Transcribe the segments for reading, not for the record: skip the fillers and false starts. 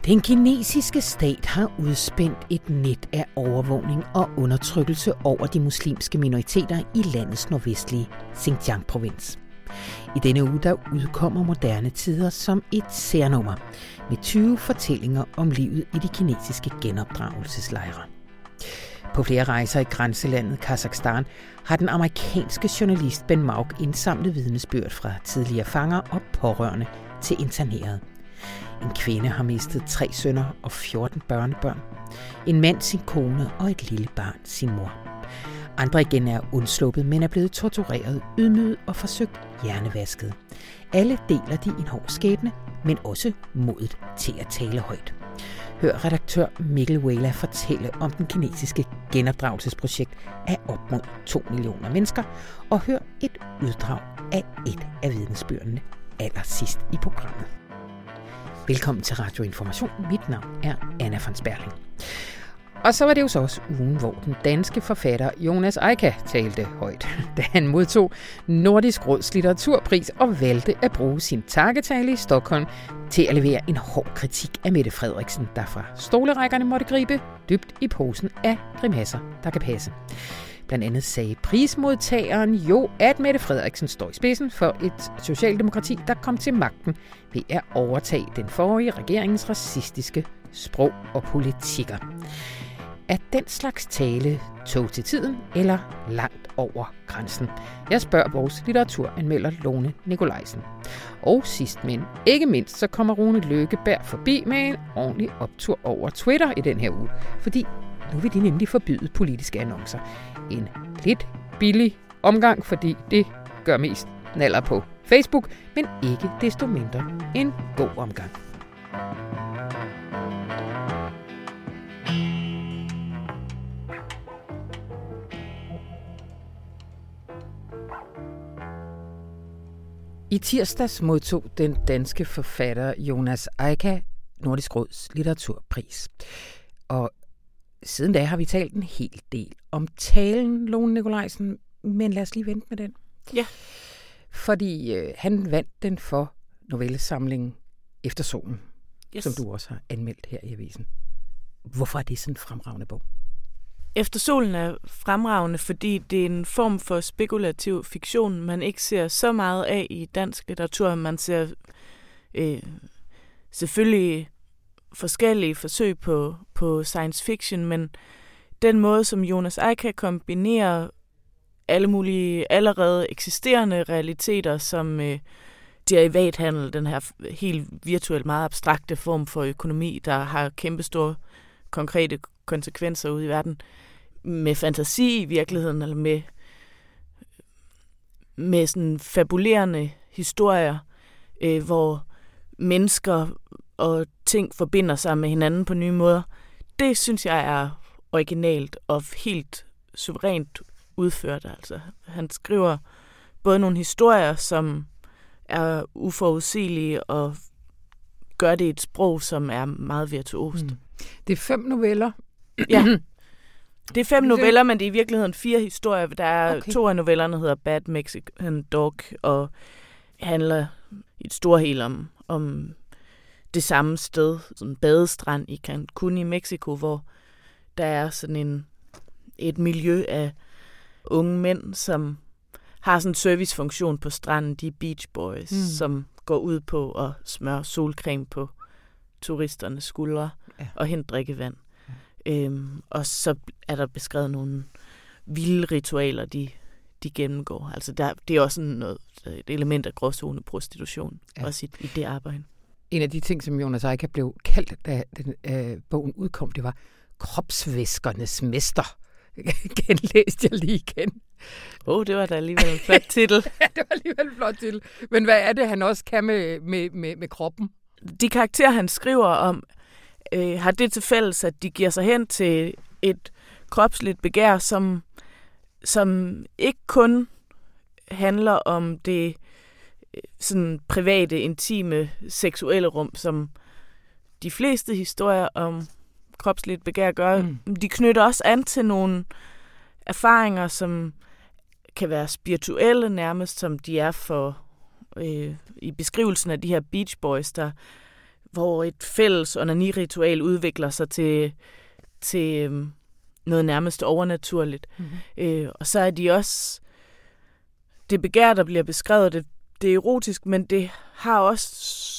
Den kinesiske stat har udspændt et net af overvågning og undertrykkelse over de muslimske minoriteter i landets nordvestlige Xinjiang-provins. I denne uge der udkommer Moderne Tider som et særnummer med 20 fortællinger om livet i de kinesiske genopdragelseslejre. På flere rejser i grænselandet Kazakhstan har den amerikanske journalist Ben Mauk indsamlet vidnesbyrd fra tidligere fanger og pårørende til internerede. En kvinde har mistet 3 sønner og 14 børnebørn. En mand sin kone og et lille barn sin mor. Andre igen er undsluppet, men er blevet tortureret, ydmyget og forsøgt hjernevasket. Alle deler de en hård skæbne, men også modet til at tale højt. Hør redaktør Mikkel Wela fortælle om den kinesiske genopdragelsesprojekt af op mod 2 millioner mennesker, og hør et uddrag af et af vidnesbyrdene allersidst i programmet. Velkommen til Radio Information. Mit navn er Anna von Sperling. Og så var det jo så også ugen, hvor den danske forfatter Jonas Eika talte højt, da han modtog Nordisk Råds litteraturpris og valgte at bruge sin takketale i Stockholm til at levere en hård kritik af Mette Frederiksen, der fra stolerækkerne måtte gribe dybt i posen af grimasser, der kan passe. Blandt andet sagde prismodtageren jo, at Mette Frederiksen står i spidsen for et socialdemokrati, der kom til magten ved at overtage den forrige regeringens racistiske sprog og politikker. Er den slags tale tog til tiden eller langt over grænsen? Jeg spørger vores litteraturanmelder Lone Nikolajsen. Og sidst men ikke mindst, så kommer Rune Løkkeberg forbi med en ordentlig optur over Twitter i den her uge. Fordi nu vil de nemlig forbyde politiske annoncer. En lidt billig omgang, fordi det gør mest naller på Facebook, men ikke desto mindre en god omgang. I tirsdags modtog den danske forfatter Jonas Eika Nordisk Råds litteraturpris. Og siden da har vi talt en hel del om talen, Lone Nikolajsen, men lad os lige vente med den. Ja. Fordi han vandt den for novellesamlingen Efter solen, Yes. som du også har anmeldt her i avisen. Hvorfor er det sådan en fremragende bog? Efter solen er fremragende, fordi det er en form for spekulativ fiktion, man ikke ser så meget af i dansk litteratur. Man ser selvfølgelig forskellige forsøg på science fiction, men den måde, som Jonas Eika kombinerer alle mulige allerede eksisterende realiteter, som derivathandel, den her helt virtuelt meget abstrakte form for økonomi, der har kæmpestore konkrete konsekvenser ude i verden, med fantasi i virkeligheden, eller med sådan fabulerende historier, hvor mennesker og ting forbinder sig med hinanden på nye måder. Det synes jeg er originalt og helt suverænt udført. Altså, han skriver både nogle historier, som er uforudsigelige, og gør det i et sprog, som er meget virtuost. Det er 5 noveller. Ja. Det er 5 noveller, men det er i virkeligheden 4 historier. Der er 2 af novellerne, der hedder Bad Mexican Dog, og handler i et stort hele om det samme sted, sådan en badestrand i Cancun i Mexico, hvor der er sådan et miljø af unge mænd, som har sådan en servicefunktion på stranden, de Beach Boys, som går ud på at smøre solcreme på turisternes skuldre og hente drikkevand. Og så er der beskrevet nogle vilde ritualer, de gennemgår. Altså det er også et element af gråzone prostitution, også i det arbejde. En af de ting, som Jonas Eika blev kaldt, da bogen udkom, det var kropsvæskernes mester. Genlæste jeg lige igen. Det var da alligevel en flot titel. Ja, det var alligevel en flot titel. Men hvad er det, han også kan med kroppen? De karakterer, han skriver om, har det til fælles, at de giver sig hen til et kropsligt begær, som ikke kun handler om det sådan private, intime, seksuelle rum, som de fleste historier om kropsligt begær gør. De knytter også an til nogle erfaringer, som kan være spirituelle nærmest, som de er for i beskrivelsen af de her Beach Boys, der hvor et fælles onaniritual udvikler sig til noget nærmest overnaturligt. Mm-hmm. Og så er de også, det begær, der bliver beskrevet, det er erotisk, men det har også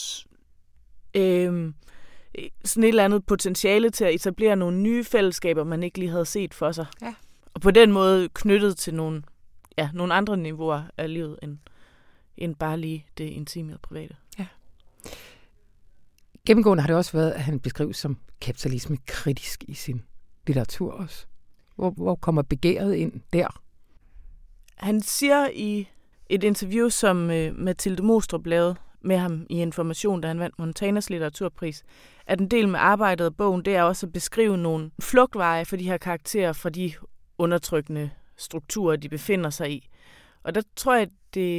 sådan et eller andet potentiale til at etablere nogle nye fællesskaber, man ikke lige havde set for sig. Ja. Og på den måde knyttet til nogle andre niveauer af livet, end bare lige det intime og private. Ja. Gennemgående har det også været, at han beskrives som kapitalisme kritisk i sin litteratur også. Hvor kommer begæret ind der? Han siger i et interview, som Mathilde Mostrup lavede med ham i Information, da han vandt Montanas litteraturpris, at en del med arbejdet af bogen, det er også at beskrive nogle flugtveje for de her karakterer, fra de undertrykkende strukturer, de befinder sig i. Og der tror jeg,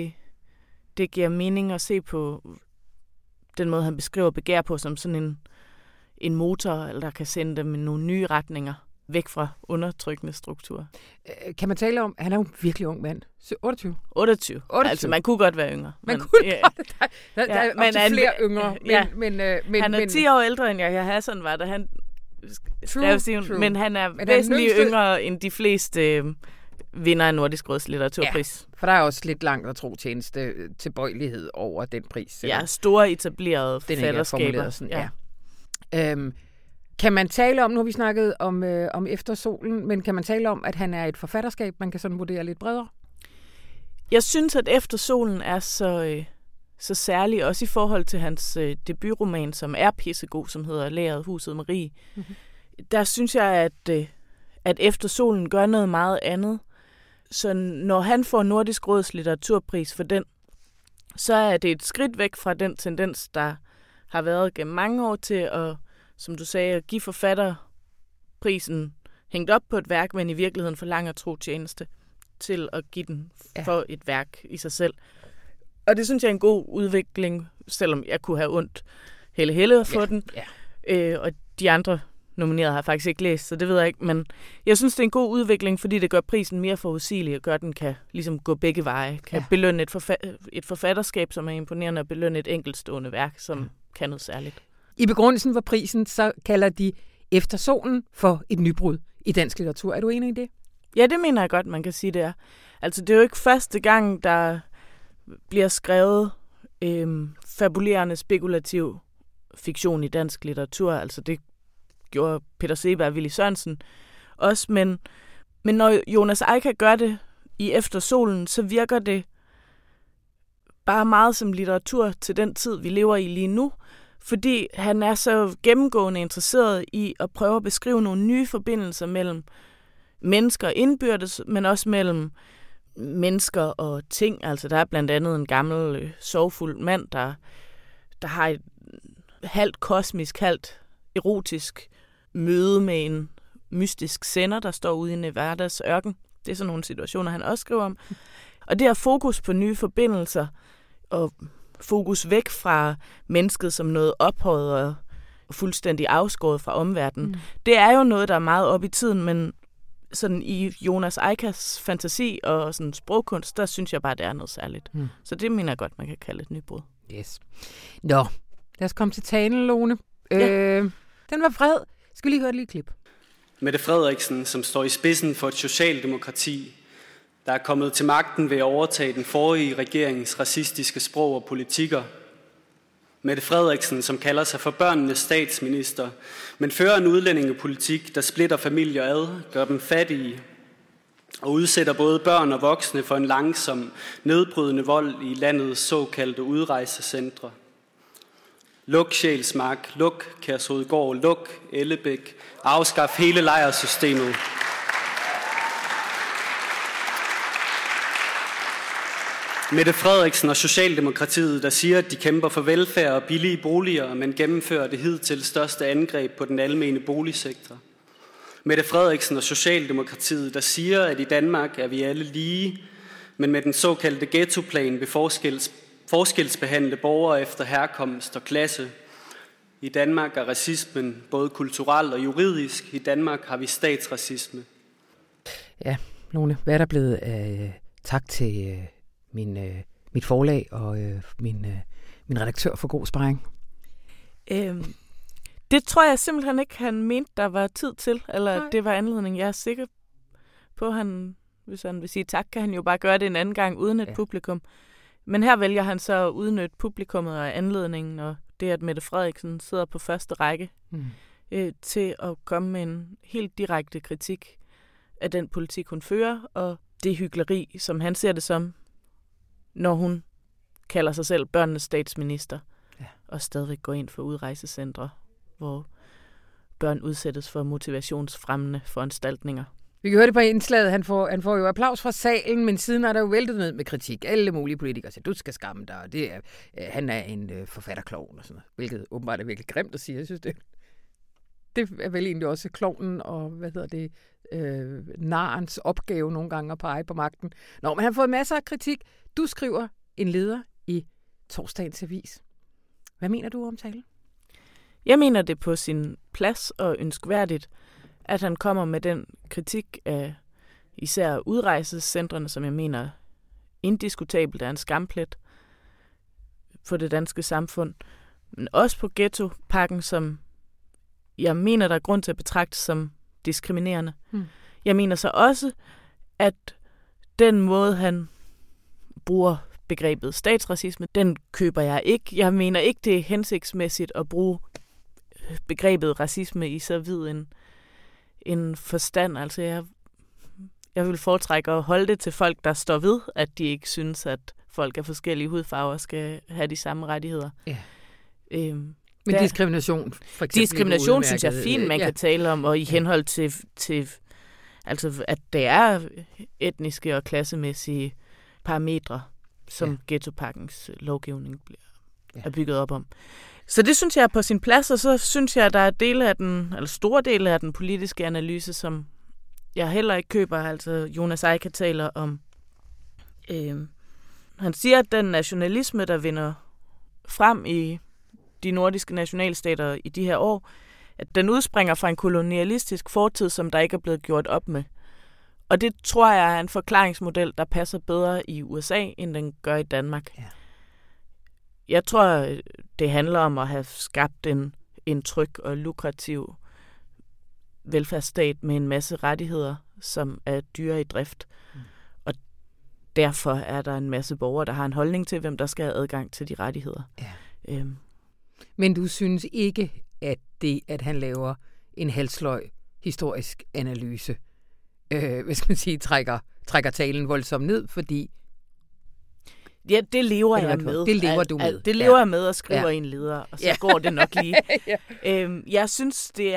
det giver mening at se på den måde, han beskriver begær på, som sådan en motor, eller der kan sende dem i nogle nye retninger væk fra undertrykkende strukturer. Kan man tale om, han er jo en virkelig ung mand. 28? 28. Altså, man kunne godt være yngre. Man kunne godt. Der er også flere yngre. Men han er 10 år ældre, end Yahya Hassan var, da han skrev sin. Men han er væsentligt yngre end de fleste vinder af Nordisk Råds litteraturpris. Ja, for der er også lidt langt at tro tjeneste tilbøjelighed over den pris. Ja, store etablerede forfatterskaber. Sådan, ja. Kan man tale om, nu har vi snakket om Efter solen, men kan man tale om, at han er et forfatterskab, man kan sådan vurdere lidt bredere? Jeg synes, at Efter solen er så særlig, også i forhold til hans debutroman, som er pissegod, som hedder Lærret Huset Marie. Mm-hmm. Der synes jeg, at Efter solen gør noget meget andet. Så når han får Nordisk Råds litteraturpris for den, så er det et skridt væk fra den tendens, der har været gennem mange år til at, som du sagde, at give forfatterprisen hængt op på et værk, men i virkeligheden forlanger tro tjeneste til at give den for et værk i sig selv. Og det synes jeg er en god udvikling, selvom jeg kunne have ondt Helle at få den. Ja. Og de andre nominerede har jeg faktisk ikke læst, så det ved jeg ikke. Men jeg synes, det er en god udvikling, fordi det gør prisen mere forudsigelig, og gør, den kan ligesom gå begge veje. Kan belønne et forfatterskab, som er imponerende, og belønne et enkeltstående værk, som kan noget særligt. I begrundelsen for prisen, så kalder de Efter solen for et nybrud i dansk litteratur. Er du enig i det? Ja, det mener jeg godt, man kan sige, det er. Altså, det er jo ikke første gang, der bliver skrevet fabulerende spekulativ fiktion i dansk litteratur. Altså, det gjorde Peter Seeberg og Willy Sørensen også, men når Jonas Eika gør det i Efter solen, så virker det bare meget som litteratur til den tid, vi lever i lige nu, fordi han er så gennemgående interesseret i at prøve at beskrive nogle nye forbindelser mellem mennesker indbyrdes, men også mellem mennesker og ting. Altså, der er blandt andet en gammel, sorgfuld mand, der har et halvt kosmisk, halvt erotisk møde med en mystisk sender, der står ude i Nevadas ørken. Det er sådan nogle situationer, han også skriver om. Og det her fokus på nye forbindelser og fokus væk fra mennesket som noget ophøjet og fuldstændig afskåret fra omverdenen, det er jo noget, der er meget op i tiden, men sådan i Jonas Eikas fantasi og sådan sprogkunst, der synes jeg bare, det er noget særligt. Så det mener jeg godt, man kan kalde et nybrud. Yes. Nå, lad os komme til talen, Lone. Ja. Den var vred. Skal vi lige høre et lille klip? Mette Frederiksen, som står i spidsen for et socialdemokrati, der er kommet til magten ved at overtage den forrige regerings racistiske sprog og politikker. Mette Frederiksen, som kalder sig for børnenes statsminister, men fører en udlændingepolitik, der splitter familier ad, gør dem fattige og udsætter både børn og voksne for en langsom, nedbrydende vold i landets såkaldte udrejsecentre. Luk Sjælsmark, luk Kærshovedgård, luk Ellebæk, afskaf hele lejrsystemet. Mette Frederiksen og Socialdemokratiet, der siger, at de kæmper for velfærd og billige boliger, men gennemfører det hidtil største angreb på den almene boligsektor. Mette Frederiksen og Socialdemokratiet, der siger, at i Danmark er vi alle lige, men med den såkaldte ghettoplan vil forskelsbehandle borgere efter herkomst og klasse. I Danmark er racismen både kulturel og juridisk. I Danmark har vi statsracisme. Ja, Lone, hvad er der blevet tak til mit forlag og min redaktør for god sparring? Det tror jeg simpelthen ikke, han mente, der var tid til, eller det var anledning. Jeg er sikker på, hvis han vil sige tak, kan han jo bare gøre det en anden gang uden et publikum. Men her vælger han så at udnytte publikummet og anledningen, og det, at Mette Frederiksen sidder på første række, til at komme med en helt direkte kritik af den politik, hun fører, og det hykleri, som han ser det som, når hun kalder sig selv børnenes statsminister, og stadigvæk går ind for udrejsecentre, hvor børn udsættes for motivationsfremmende foranstaltninger. Vi kan høre det på indslaget. Han får jo applaus fra salen, men siden er der jo væltet ned med kritik. Alle mulige politikere siger, du skal skamme dig, og han er en forfatterklovn og sådan noget, hvilket åbenbart er virkelig grimt at sige. Jeg synes, det er vel egentlig også klovnen og, narens opgave nogle gange at pege på magten. Nå, men han har fået masser af kritik. Du skriver en leder i Torsdagens Avis. Hvad mener du om talen? Jeg mener det på sin plads og ønskværdigt, at han kommer med den kritik af især udrejsecentrene, som jeg mener indiskutabelt er en skamplet for det danske samfund, men også på ghettopakken, som jeg mener, der er grund til at betragte som diskriminerende. Jeg mener så også, at den måde, han bruger begrebet statsracisme, den køber jeg ikke. Jeg mener ikke, det er hensigtsmæssigt at bruge begrebet racisme i så vid en forstand. Altså, jeg vil foretrække at holde det til folk, der står ved, at de ikke synes, at folk af forskellige hudfarver skal have de samme rettigheder. Ja. Men diskrimination, for eksempel. Diskrimination synes jeg er fint, man kan tale om, og i henhold til altså, at det er etniske og klassemæssige parametre, som ghettopakkens lovgivning er bygget op om. Så det synes jeg er på sin plads, og så synes jeg, at der er store dele af den politiske analyse, som jeg heller ikke køber. Altså Jonas Eika taler om, han siger, at den nationalisme, der vinder frem i de nordiske nationalstater i de her år, at den udspringer fra en kolonialistisk fortid, som der ikke er blevet gjort op med. Og det tror jeg er en forklaringsmodel, der passer bedre i USA, end den gør i Danmark. Ja. Jeg tror, det handler om at have skabt en tryg og lukrativ velfærdsstat med en masse rettigheder, som er dyre i drift. Og derfor er der en masse borgere, der har en holdning til, hvem der skal have adgang til de rettigheder. Ja. Men du synes ikke, at det, at han laver en halsløg historisk analyse, hvad skal man sige, trækker talen voldsomt ned, fordi... Ja, det lever jeg med. Det lever du med. Det lever jeg med og skriver i en leder, og så går det nok lige. Jeg synes, det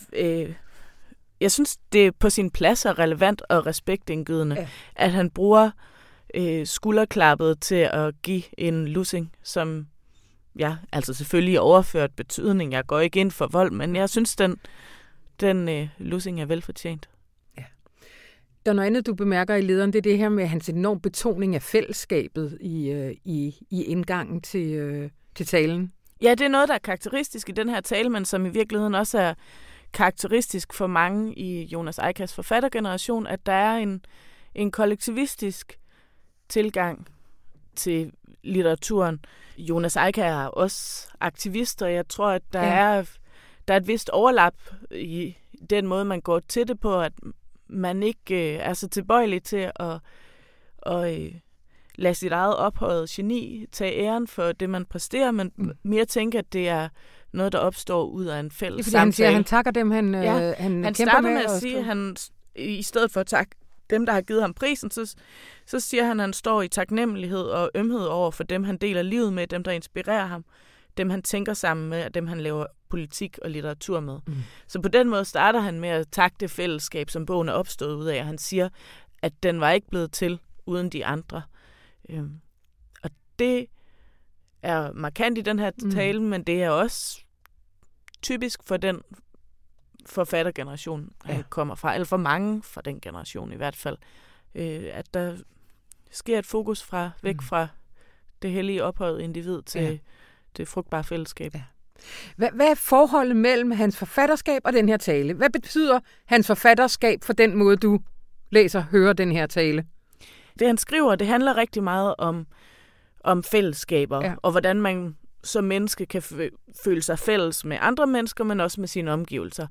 er på sin plads og relevant og respektindgydende, at han bruger skulderklappet til at give en lussing, som altså selvfølgelig i overført betydning. Jeg går ikke ind for vold, men jeg synes, den lussing er velfortjent. Der er noget andet, du bemærker i lederen, det er det her med hans enorm betoning af fællesskabet i indgangen til talen. Ja, det er noget, der er karakteristisk i den her tale, men som i virkeligheden også er karakteristisk for mange i Jonas Eikas forfattergeneration, at der er en kollektivistisk tilgang til litteraturen. Jonas Eika er også aktivist, og jeg tror, at der er et vist overlap i den måde, man går til det på, at man ikke er så tilbøjelig til at lade sit eget ophøjede geni tage æren for det, man præsterer, men mere tænke, at det er noget, der opstår ud af en fælles samtale. Han siger, han takker dem, han starter med at sige, at han i stedet for at takke dem, der har givet ham prisen, så siger han, at han står i taknemmelighed og ømhed over for dem, han deler livet med, dem, der inspirerer ham, dem, han tænker sammen med, og dem, han laver politik og litteratur med. Så på den måde starter han med at takke det fællesskab, som bogen er opstået ud af, og han siger, at den var ikke blevet til uden de andre. Og det er markant i den her tale, men det er også typisk for den forfattergeneration, han kommer fra, eller for mange fra den generation i hvert fald, at der sker et fokus væk fra det hellige ophøjede individ til det frugtbare fællesskab. Ja. Hvad er forholdet mellem hans forfatterskab og den her tale? Hvad betyder hans forfatterskab for den måde, du hører den her tale? Det han skriver, det handler rigtig meget om fællesskaber, og hvordan man som menneske kan føle sig fælles med andre mennesker, men også med sine omgivelser.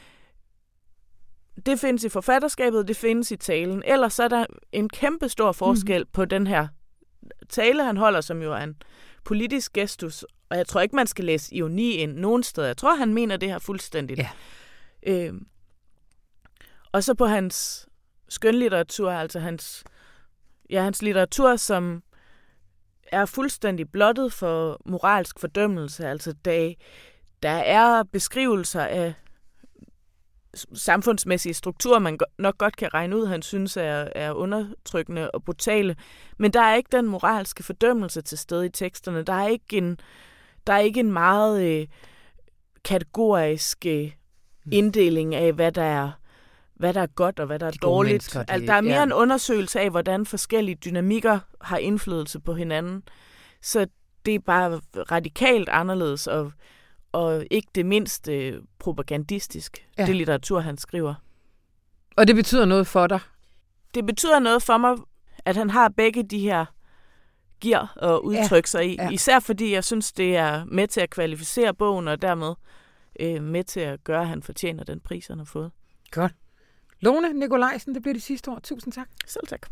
Det findes i forfatterskabet, det findes i talen. Ellers er der en kæmpe stor forskel på den her tale, han holder, som jo er en politisk gestus. Og jeg tror ikke, man skal læse ironi ind nogen steder. Jeg tror, han mener det her fuldstændigt. Ja. Og så på hans skønlitteratur, altså hans litteratur, som er fuldstændig blottet for moralsk fordømmelse. Altså der er beskrivelser af samfundsmæssige strukturer, man nok godt kan regne ud, han synes er undertrykkende og brutale. Men der er ikke den moralske fordømmelse til stede i teksterne. Der er ikke en meget kategorisk inddeling af, hvad der er godt og hvad der er dårligt. Altså, der er mere en undersøgelse af, hvordan forskellige dynamikker har indflydelse på hinanden. Så det er bare radikalt anderledes og ikke det mindst propagandistisk, det litteratur, han skriver. Og det betyder noget for dig? Det betyder noget for mig, at han har begge de her gear at udtrykke sig i. Ja. Især fordi jeg synes, det er med til at kvalificere bogen, og dermed med til at gøre, at han fortjener den pris, han har fået. Godt. Lone Nikolajsen, det blev det sidste ord. Tusind tak. Selv tak.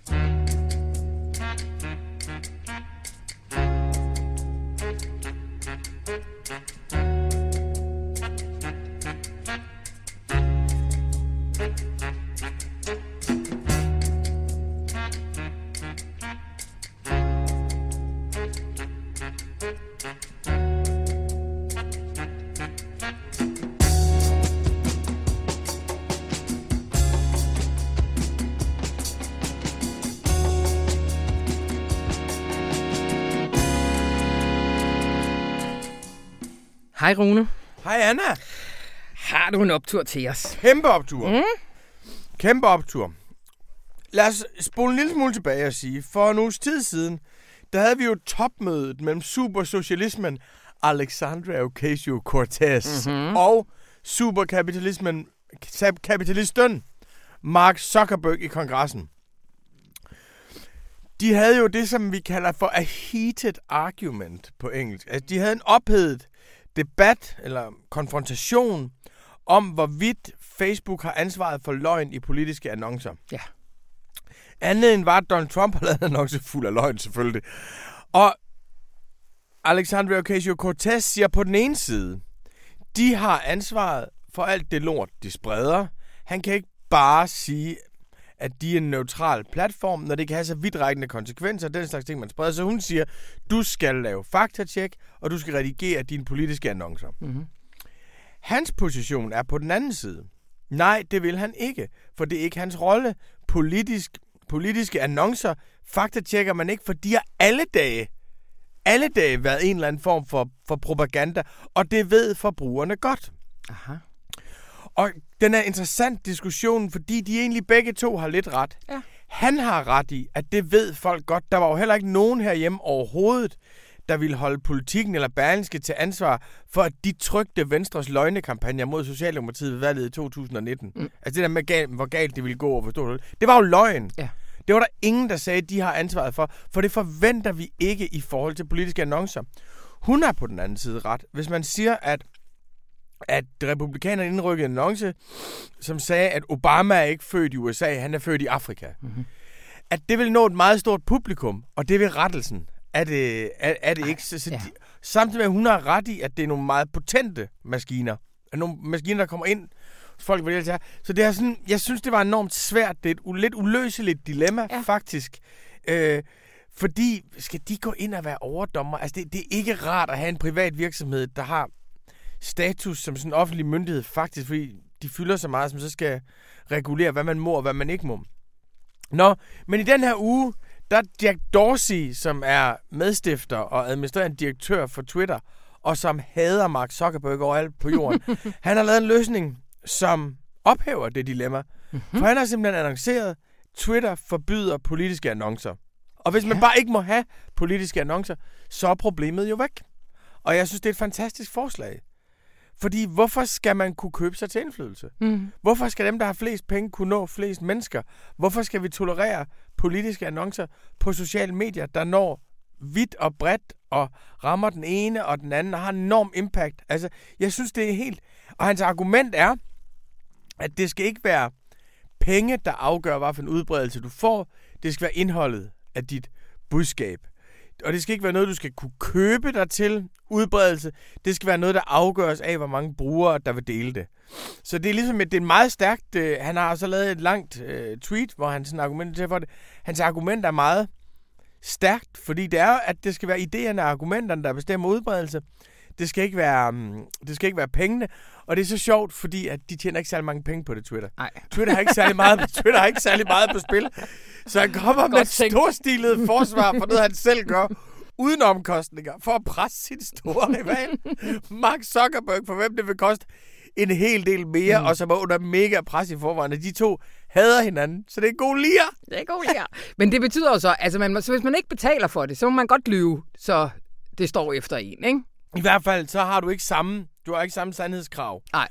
Hej Rune. Hej Anna. Har du en optur til os? Kæmpe optur. Kæmpe optur. Lad os spole en lille smule tilbage og sige, for en uges tid siden, der havde vi jo topmødet mellem supersocialismen Alexandria Ocasio-Cortez og superkapitalisten Mark Zuckerberg i kongressen. De havde jo det, som vi kalder for a heated argument på engelsk. Altså, de havde en ophedet debat eller konfrontation om, hvorvidt Facebook har ansvaret for løgn i politiske annoncer. Ja. Andet end var, at Donald Trump har lavet en annonce fuld af løgn, selvfølgelig. Og Alexandria Ocasio-Cortez siger på den ene side, de har ansvaret for alt det lort, de spreder. Han kan ikke bare sige, at de er en neutral platform, når det kan have så vidtrækkende konsekvenser, den slags ting, man spreder. Så hun siger, du skal lave faktatjek, og du skal redigere dine politiske annoncer. Mm-hmm. Hans position er på den anden side. Nej, det vil han ikke, for det er ikke hans rolle. Politiske annoncer faktatjekker man ikke, for de har alle dage været en eller anden form for propaganda, og det ved forbrugerne godt. Aha. Og den er en interessant diskussion, fordi de egentlig begge to har lidt ret. Ja. Han har ret i, at det ved folk godt. Der var jo heller ikke nogen herhjemme overhovedet, der ville holde Politikken eller Berlingske til ansvar for, at de trykte Venstres løgnekampagner mod Socialdemokratiet ved valget i 2019. Altså det der med, hvor galt det ville gå, og forstå det. Det var jo løgn. Ja. Det var der ingen, der sagde, at de har ansvaret for det forventer vi ikke i forhold til politiske annoncer. Hun har på den anden side ret. Hvis man siger, at republikanerne indrykkede en annonce, som sagde, at Obama er ikke født i USA, han er født i Afrika. Mm-hmm. At det vil nå et meget stort publikum, og det vil rettelsen. Er det ikke? Så ja. Samtidig med, at hun har ret i, at det er nogle meget potente maskiner. Nogle maskiner, der kommer ind, folk vil det. Så det er sådan, jeg synes, det var enormt svært. Det er et lidt uløseligt dilemma, faktisk. Fordi, skal de gå ind og være overdommer? Altså, det er ikke rart at have en privat virksomhed, der har status som sådan en offentlig myndighed, faktisk, fordi de fylder så meget, som så skal regulere, hvad man må og hvad man ikke må. Nå, men i den her uge, der er Jack Dorsey, som er medstifter og administrerende direktør for Twitter, og som hader Mark Zuckerberg overalt på jorden. Han har lavet en løsning, som ophæver det dilemma. Mm-hmm. For han har simpelthen annonceret, Twitter forbyder politiske annoncer. Og hvis man bare ikke må have politiske annoncer, så er problemet jo væk. Og jeg synes, det er et fantastisk forslag. Fordi hvorfor skal man kunne købe sig til indflydelse? Mm. Hvorfor skal dem, der har flest penge, kunne nå flest mennesker? Hvorfor skal vi tolerere politiske annoncer på sociale medier, der når vidt og bredt og rammer den ene og den anden og har en enorm impact. Altså, jeg synes, det er helt... Og hans argument er, at det skal ikke være penge, der afgør, hvad for en udbredelse du får. Det skal være indholdet af dit budskab. Og det skal ikke være noget, du skal kunne købe dig til udbredelse. Det skal være noget, der afgøres af, hvor mange brugere, der vil dele det. Så det er ligesom, det er meget stærkt. Han har så lavet et langt tweet, hvor han sådan argumenterer for det. Hans argument er meget stærkt, fordi det er, at det skal være idéerne og argumenterne, der bestemmer udbredelse. Det skal ikke være pengene. Og det er så sjovt, fordi at de tjener ikke særlig mange penge på det, Twitter. Nej. Twitter har ikke særlig meget på spil. Så han kommer med et storstilet forsvar for noget, han selv gør, uden omkostninger, for at presse sin store rival, Mark Zuckerberg, for hvem det vil koste en hel del mere, og som er under mega pres i forvejen. De to hader hinanden, så det er god lir. Det er god lir. Men det betyder jo så, altså så hvis man ikke betaler for det, så må man godt lyve, så det står efter en, ikke? I hvert fald, så har du ikke samme sandhedskrav. Nej.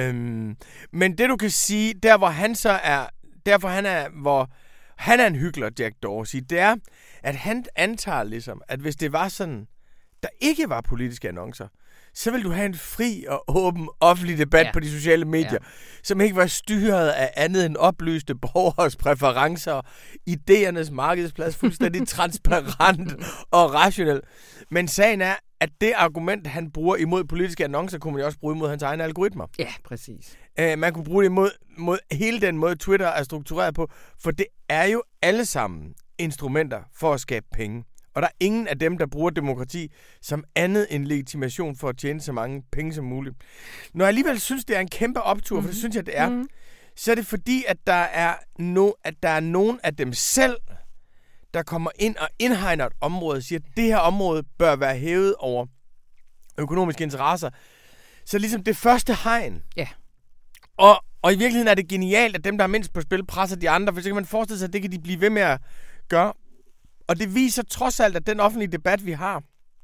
Men det du kan sige, der hvor han så er, derfor han er en hyggelig, Jack Dorsey, det er, at han antager ligesom, at hvis det var sådan, der ikke var politiske annoncer, så vil du have en fri og åben offentlig debat på de sociale medier, som ikke var styret af andet end oplyste borgers præferencer, idéernes markedsplads, fuldstændig transparent og rationel. Men sagen er, at det argument, han bruger imod politiske annoncer, kunne man jo også bruge imod hans egne algoritmer. Ja, præcis. Man kunne bruge det imod hele den måde, Twitter er struktureret på, for det er jo alle sammen instrumenter for at skabe penge. Og der er ingen af dem, der bruger demokrati som andet end legitimation for at tjene så mange penge som muligt. Når jeg alligevel synes, det er en kæmpe optur, for det synes jeg, det er, så er det fordi, at der er nogen af dem selv, der kommer ind og indhegner et område og siger, at det her område bør være hævet over økonomiske interesser. Så ligesom det første hegn. Ja. Og i virkeligheden er det genialt, at dem, der er mindst på spil, presser de andre, for så kan man forestille sig, at det kan de blive ved med at gøre. Og det viser trods alt, at den offentlige debat, vi har,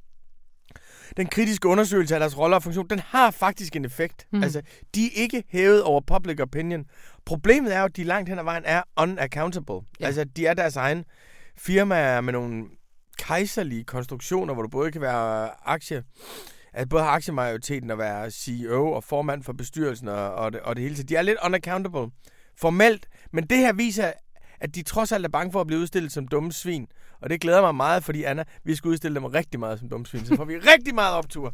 den kritiske undersøgelse af deres roller og funktion, den har faktisk en effekt. Altså, de er ikke hævet over public opinion. Problemet er jo, at de langt hen ad vejen er unaccountable. Ja. Altså, de er deres egen firmaer med nogle kejserlige konstruktioner, hvor du både kan være både har aktiemajoriteten og være CEO og formand for bestyrelsen og det hele. Så de er lidt unaccountable formelt, men det her viser, at de trods alt er bange for at blive udstillet som dumme svin. Og det glæder mig meget, fordi Anna, vi skal udstille dem rigtig meget som dumme svin, så får vi rigtig meget optur.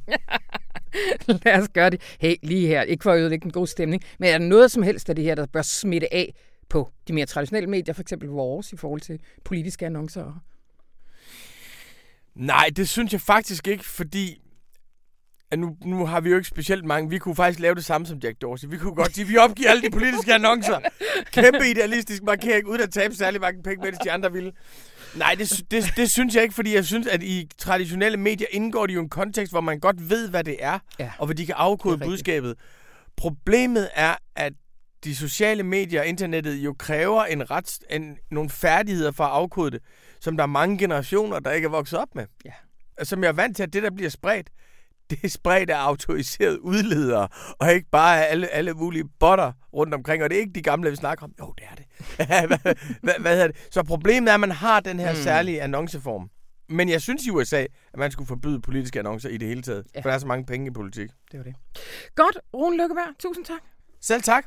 Lad os gøre det. Hey, lige her, ikke for at ødelægge en god stemning, men er der noget som helst af det her, der bør smitte af på de mere traditionelle medier, for eksempel vores, i forhold til politiske annoncer? Nej, det synes jeg faktisk ikke, fordi nu har vi jo ikke specielt mange. Vi kunne faktisk lave det samme som Jack Dorsey. Vi kunne godt sige, at vi opgiver alle de politiske annoncer. Kæmpe idealistisk markering, uden at tabe særlig mange penge, mens de andre ville. Nej, det synes jeg ikke, fordi jeg synes, at i traditionelle medier indgår de jo en kontekst, hvor man godt ved, hvad det er, og hvor de kan afkode budskabet. Problemet er, at de sociale medier og internettet jo kræver nogle færdigheder for at afkode det, som der er mange generationer, der ikke er vokset op med. Ja. Som jeg er vant til, at det, der bliver spredt, det er spredt af autoriserede udledere, og ikke bare af alle mulige botter rundt omkring. Og det er ikke de gamle, vi snakker om. Jo, det er det. Hvad hedder det? Så problemet er, at man har den her særlige annonceform. Men jeg synes i USA, at man skulle forbyde politiske annoncer i det hele taget. For der er så mange penge i politik. Det var det. Godt, Rune Lykkeberg. Tusind tak. Selv tak.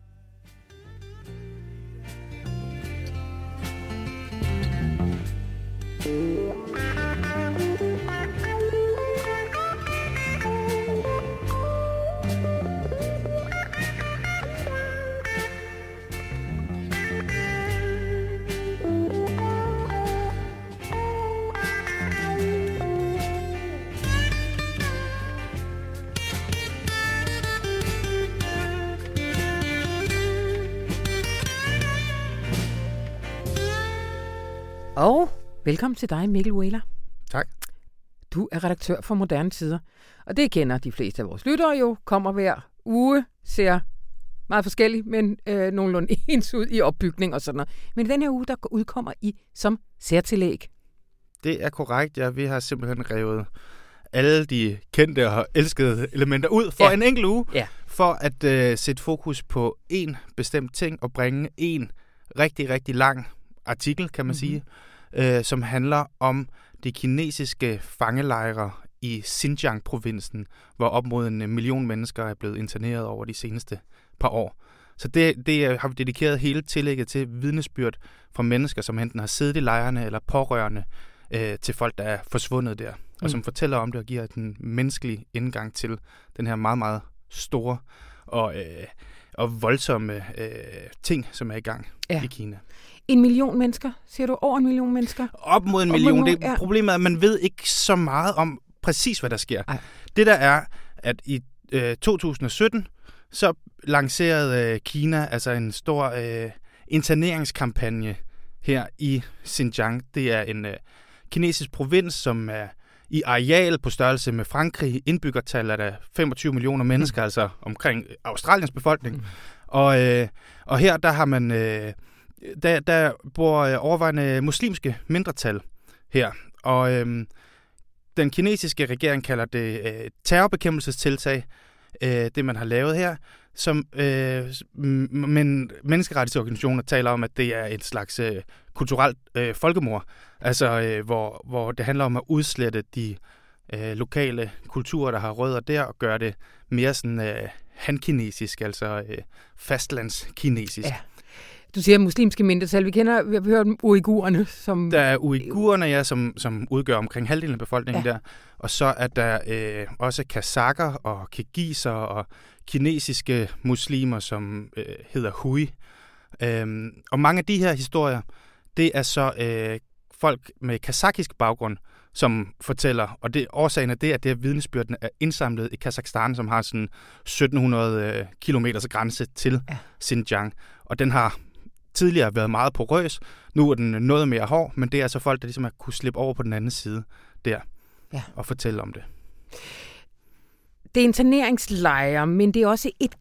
Og velkommen til dig, Mikkel Wæler. Tak. Du er redaktør for Moderne Tider, og det kender de fleste af vores lyttere jo. Kommer hver uge, ser meget forskelligt, men nogenlunde ens ud i opbygning og sådan noget. Men den her uge, der udkommer I som særtillæg. Det er korrekt, ja. Vi har simpelthen revet alle de kendte og elskede elementer ud for en enkelt uge, for at sætte fokus på en bestemt ting og bringe en rigtig, rigtig lang artikel, kan man sige, som handler om de kinesiske fangelejre i Xinjiang-provinsen, hvor op mod 1 million mennesker er blevet interneret over de seneste par år. Så det har vi dedikeret hele tillægget til vidnesbyrd fra mennesker, som enten har siddet i lejrene eller pårørende til folk, der er forsvundet der, og som fortæller om det og giver en menneskelig indgang til den her meget, meget store og voldsomme ting, som er i gang i Kina. 1 million mennesker? Siger du over 1 million mennesker? Op mod 1 million. Problemet er, at man ved ikke så meget om præcis, hvad der sker. Ej. Det der er, at i 2017, så lancerede Kina altså en stor interneringskampagne her i Xinjiang. Det er en kinesisk provins, som er i areal på størrelse med Frankrig. Indbyggertal er der 25 millioner mennesker, altså omkring Australiens befolkning. Og her der har man der bor overvejende muslimske mindretal her. Og den kinesiske regering kalder det terrorbekæmpelsestiltag, det man har lavet her, som men menneskerettighedsorganisationer taler om, at det er et slags kulturelt folkemord, altså hvor det handler om at udslette de lokale kulturer, der har rødder der, og gøre det mere sådan hankinesisk, altså fastlandskinesisk. Ja. Du siger muslimske mindretal. Vi har hørt om uigurerne. Der er uigurerne, som udgør omkring halvdelen af befolkningen der. Og så er der også kazakker og kirgiser og kinesiske muslimer, som hedder Hui. Og mange af de her historier, det er så folk med kazakisk baggrund, som fortæller, og årsagen af det, at det her vidnesbyrden er indsamlet i Kazakhstan, som har sådan 1700 kilometers grænse til Xinjiang. Og den har tidligere været meget porøs. Nu er den noget mere hård, men det er altså folk, der ligesom har kunne slippe over på den anden side der og fortælle om det. Det er interneringslejre, men det er også et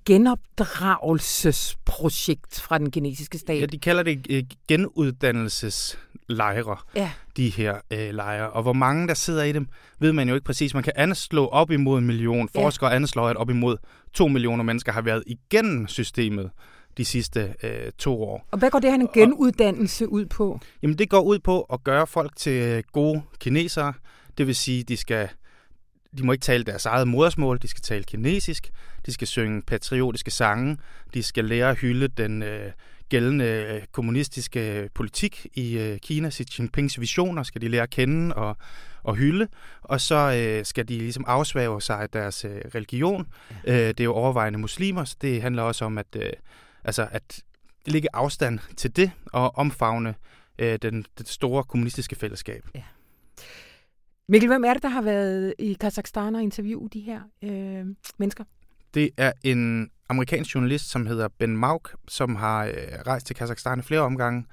genopdragelsesprojekt fra den kinesiske stat. Ja, de kalder det genuddannelseslejre, de her lejre. Og hvor mange der sidder i dem, ved man jo ikke præcis. Man kan anslå op imod 1 million. Forskere anslår, at op imod 2 millioner mennesker har været igennem systemet de sidste 2 år. Og hvad går det her en genuddannelse ud på? Jamen det går ud på at gøre folk til gode kinesere. Det vil sige, de må ikke tale deres eget modersmål, de skal tale kinesisk, de skal synge patriotiske sange, de skal lære at hylde den gældende kommunistiske politik i Kina. Xi Jinpings visioner skal de lære at kende og hylde, og så skal de ligesom afsvæve sig af deres religion. Det er jo overvejende muslimer, så det handler også om at lægge afstand til det og omfavne det store kommunistiske fællesskab. Ja. Mikkel, hvem er det, der har været i Kazakhstan og interviewet de her mennesker? Det er en amerikansk journalist, som hedder Ben Mauk, som har rejst til Kazakhstan i flere omgange.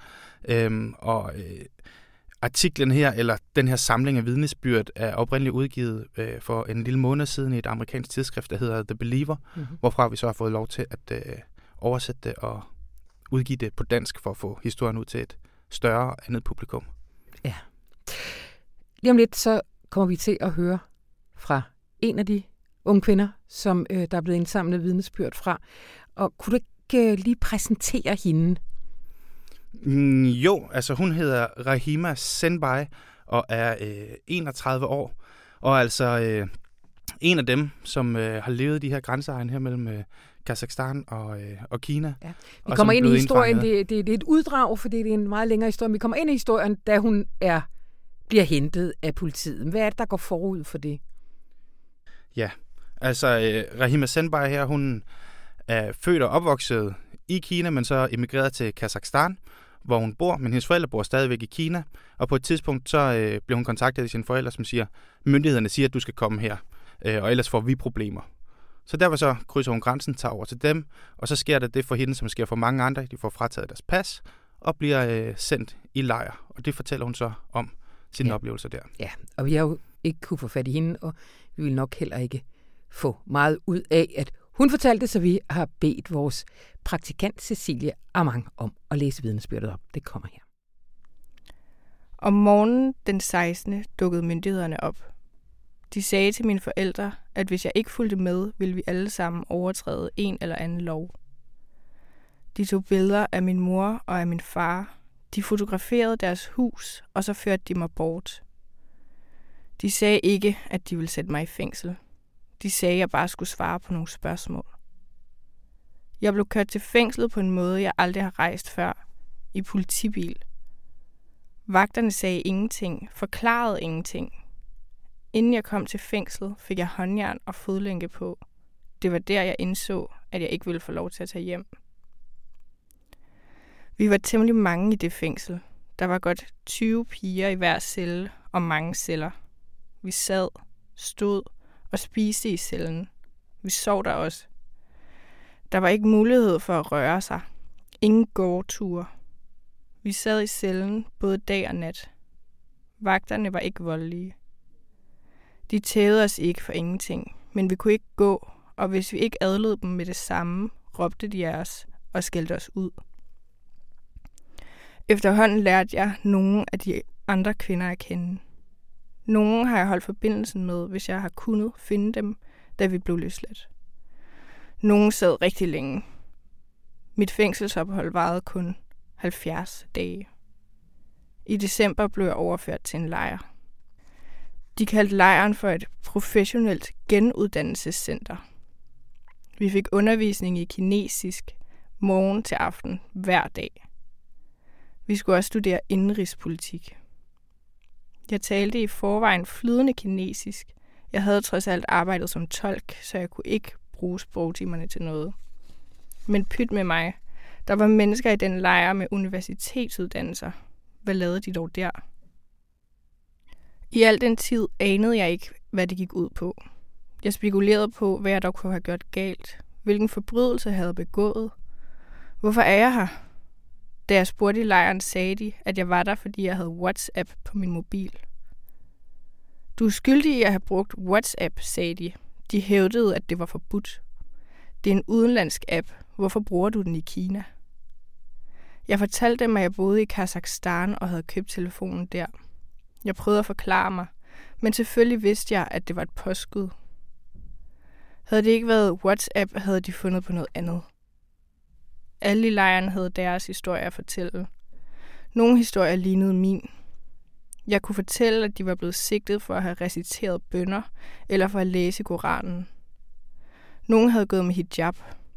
Artiklen her, eller den her samling af vidnesbyrd, er oprindeligt udgivet for en lille måned siden i et amerikansk tidsskrift, der hedder The Believer, hvorfra vi så har fået lov til at oversætte det og udgive det på dansk for at få historien ud til et større andet publikum. Ja. Lige om lidt, så kommer vi til at høre fra en af de unge kvinder, som der er blevet indsamlet vidnesbyrd fra. Og kunne du ikke lige præsentere hende? Jo, altså hun hedder Rahima Senbai og er 31 år. Og altså en af dem, som har levet de her grænseegn her mellem Kazakhstan og Kina. Ja. Vi kommer ind i historien. Det er et uddrag, for det er en meget længere historie. Vi kommer ind i historien, da hun bliver hentet af politiet. Hvad er det, der går forud for det? Ja, altså Rahima Senbai her, hun er født og opvokset i Kina, men så emigreret til Kazakhstan, hvor hun bor, men hendes forældre bor stadigvæk i Kina. Og på et tidspunkt, så bliver hun kontaktet af sine forældre, som siger, myndighederne siger, at du skal komme her, og ellers får vi problemer. Så derfor så krydser hun grænsen, tager over til dem, og så sker det for hende, som sker for mange andre. De får frataget deres pas og bliver sendt i lejr. Og det fortæller hun så om sine oplevelser der. Ja, og vi har jo ikke kunne få fat i hende, og vi vil nok heller ikke få meget ud af, at hun fortalte, så vi har bedt vores praktikant Cecilie Amang om at læse vidnesbyrdet op. Det kommer her. Om morgenen den 16. dukkede myndighederne op. De sagde til mine forældre, at hvis jeg ikke fulgte med, ville vi alle sammen overtræde en eller anden lov. De tog billeder af min mor og af min far. De fotograferede deres hus, og så førte de mig bort. De sagde ikke, at de ville sætte mig i fængsel. De sagde, at jeg bare skulle svare på nogle spørgsmål. Jeg blev kørt til fængslet på en måde, jeg aldrig har rejst før. I politibil. Vagterne sagde ingenting, forklarede ingenting. Inden jeg kom til fængslet, fik jeg håndjern og fodlænke på. Det var der, jeg indså, at jeg ikke ville få lov til at tage hjem. Vi var temmelig mange i det fængsel. Der var godt 20 piger i hver celle og mange celler. Vi sad, stod og spiste i cellen. Vi sov der også. Der var ikke mulighed for at røre sig. Ingen gårdture. Vi sad i cellen både dag og nat. Vagterne var ikke voldelige. De tævede os ikke for ingenting, men vi kunne ikke gå, og hvis vi ikke adlød dem med det samme, råbte de af os og skældte os ud. Efterhånden lærte jeg nogle af de andre kvinder at kende. Nogle har jeg holdt forbindelsen med, hvis jeg har kunnet finde dem, da vi blev løsladt. Nogle sad rigtig længe. Mit fængselsophold varede kun 70 dage. I december blev jeg overført til en lejr. De kaldte lejren for et professionelt genuddannelsescenter. Vi fik undervisning i kinesisk morgen til aften hver dag. Vi skulle også studere indenrigspolitik. Jeg talte i forvejen flydende kinesisk. Jeg havde trods alt arbejdet som tolk, så jeg kunne ikke bruge sprogtimerne til noget. Men pyt med mig. Der var mennesker i den lejr med universitetsuddannelser. Hvad lavede de dog der? I al den tid anede jeg ikke, hvad det gik ud på. Jeg spekulerede på, hvad jeg dog kunne have gjort galt. Hvilken forbrydelse jeg havde begået. Hvorfor er jeg her? Da jeg spurgte i lejren, sagde de, at jeg var der, fordi jeg havde WhatsApp på min mobil. Du er skyldig i at have brugt WhatsApp, sagde de. De hævdede, at det var forbudt. Det er en udenlandsk app. Hvorfor bruger du den i Kina? Jeg fortalte dem, at jeg boede i Kazakhstan og havde købt telefonen der. Jeg prøvede at forklare mig, men selvfølgelig vidste jeg, at det var et påskud. Havde det ikke været WhatsApp, havde de fundet på noget andet. Alle i lejren havde deres historier at fortælle. Nogle historier lignede min. Jeg kunne fortælle, at de var blevet sigtet for at have reciteret bønner eller for at læse Koranen. Nogle havde gået med hijab.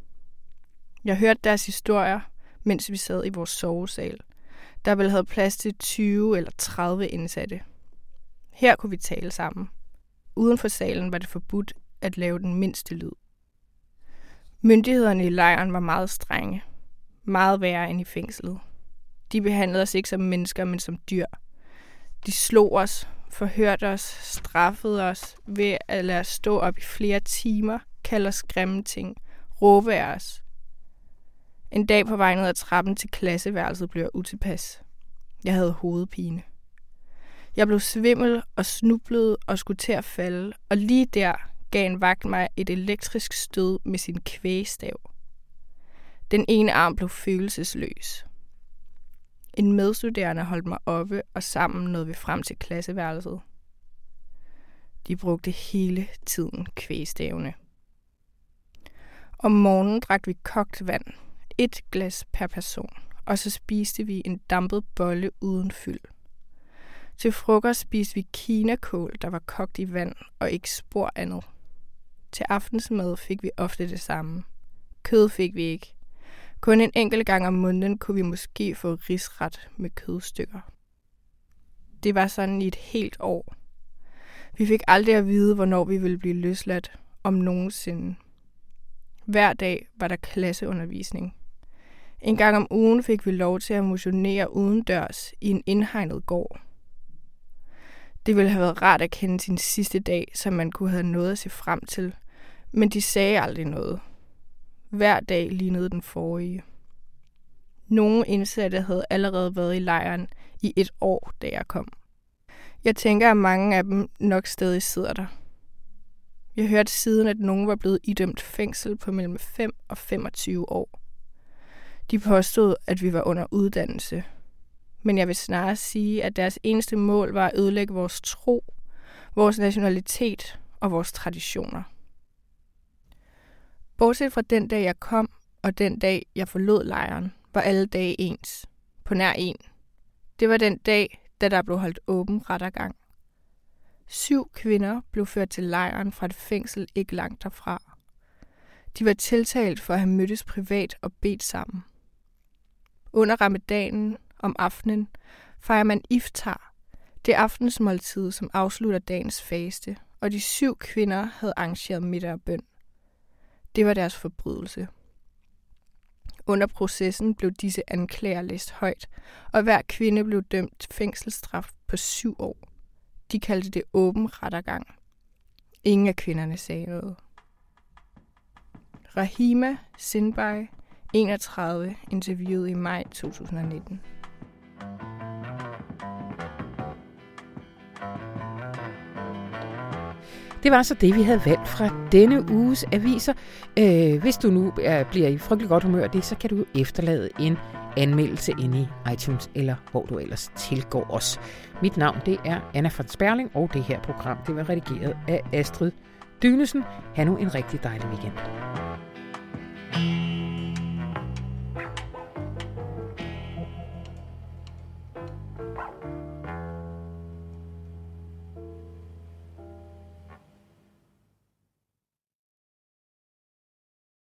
Jeg hørte deres historier, mens vi sad i vores sovesal. Der vel havde plads til 20 eller 30 indsatte. Her kunne vi tale sammen. Uden for salen var det forbudt at lave den mindste lyd. Myndighederne i lejren var meget strenge. Meget værre end i fængslet. De behandlede os ikke som mennesker, men som dyr. De slog os, forhørte os, straffede os ved at lade os stå op i flere timer, kalde os grimme ting, råbe af os. En dag på vej ned ad trappen til klasseværelset blev jeg utilpas. Jeg havde hovedpine. Jeg blev svimmel og snublede og skulle til at falde, og lige der gav en vagt mig et elektrisk stød med sin kvægstav. Den ene arm blev følelsesløs. En medstuderende holdt mig oppe, og sammen nåede vi frem til klasseværelset. De brugte hele tiden kvægstavene. Om morgenen drak vi kogt vand, 1 glas per person, og så spiste vi en dampet bolle uden fyld. Til frokost spiste vi kinakål, der var kogt i vand og ikke spor andet. Til aftensmad fik vi ofte det samme. Kød fik vi ikke. Kun en enkelt gang om måneden kunne vi måske få risret med kødstykker. Det var sådan i et helt år. Vi fik aldrig at vide, hvornår vi ville blive løsladt, om nogensinde. Hver dag var der klasseundervisning. En gang om ugen fik vi lov til at motionere udendørs i en indhegnet gård. Det ville have været rart at kende sin sidste dag, så man kunne have noget at se frem til, men de sagde aldrig noget. Hver dag lignede den forrige. Nogle indsatte havde allerede været i lejren i 1 år, da jeg kom. Jeg tænker, at mange af dem nok stadig sidder der. Jeg hørte siden, at nogen var blevet idømt fængsel på mellem 5 og 25 år. De påstod, at vi var under uddannelse. Men jeg vil snarere sige, at deres eneste mål var at ødelægge vores tro, vores nationalitet og vores traditioner. Bortset fra den dag, jeg kom, og den dag, jeg forlod lejren, var alle dage ens. På nær en. Det var den dag, da der blev holdt åben rettergang. 7 kvinder blev ført til lejren fra et fængsel ikke langt derfra. De var tiltalt for at have mødtes privat og bedt sammen. Under ramadanen om aftenen fejrer man iftar, det aftensmåltid, som afslutter dagens faste, og de 7 kvinder havde arrangeret middag og bøn. Det var deres forbrydelse. Under processen blev disse anklager læst højt, og hver kvinde blev dømt til fængselsstraf på 7 år. De kaldte det åben rettergang. Ingen af kvinderne sagde noget. Rahima Sinbay, 31, interviewet i maj 2019. Det var så det, vi havde valgt fra denne uges aviser. Hvis du nu bliver i frygtelig godt humør af det, så kan du efterlade en anmeldelse inde i iTunes, eller hvor du ellers tilgår os. Mit navn, det er Anna von Sperling, og det her program, det var redigeret af Astrid Dynesen. Ha' nu en rigtig dejlig weekend.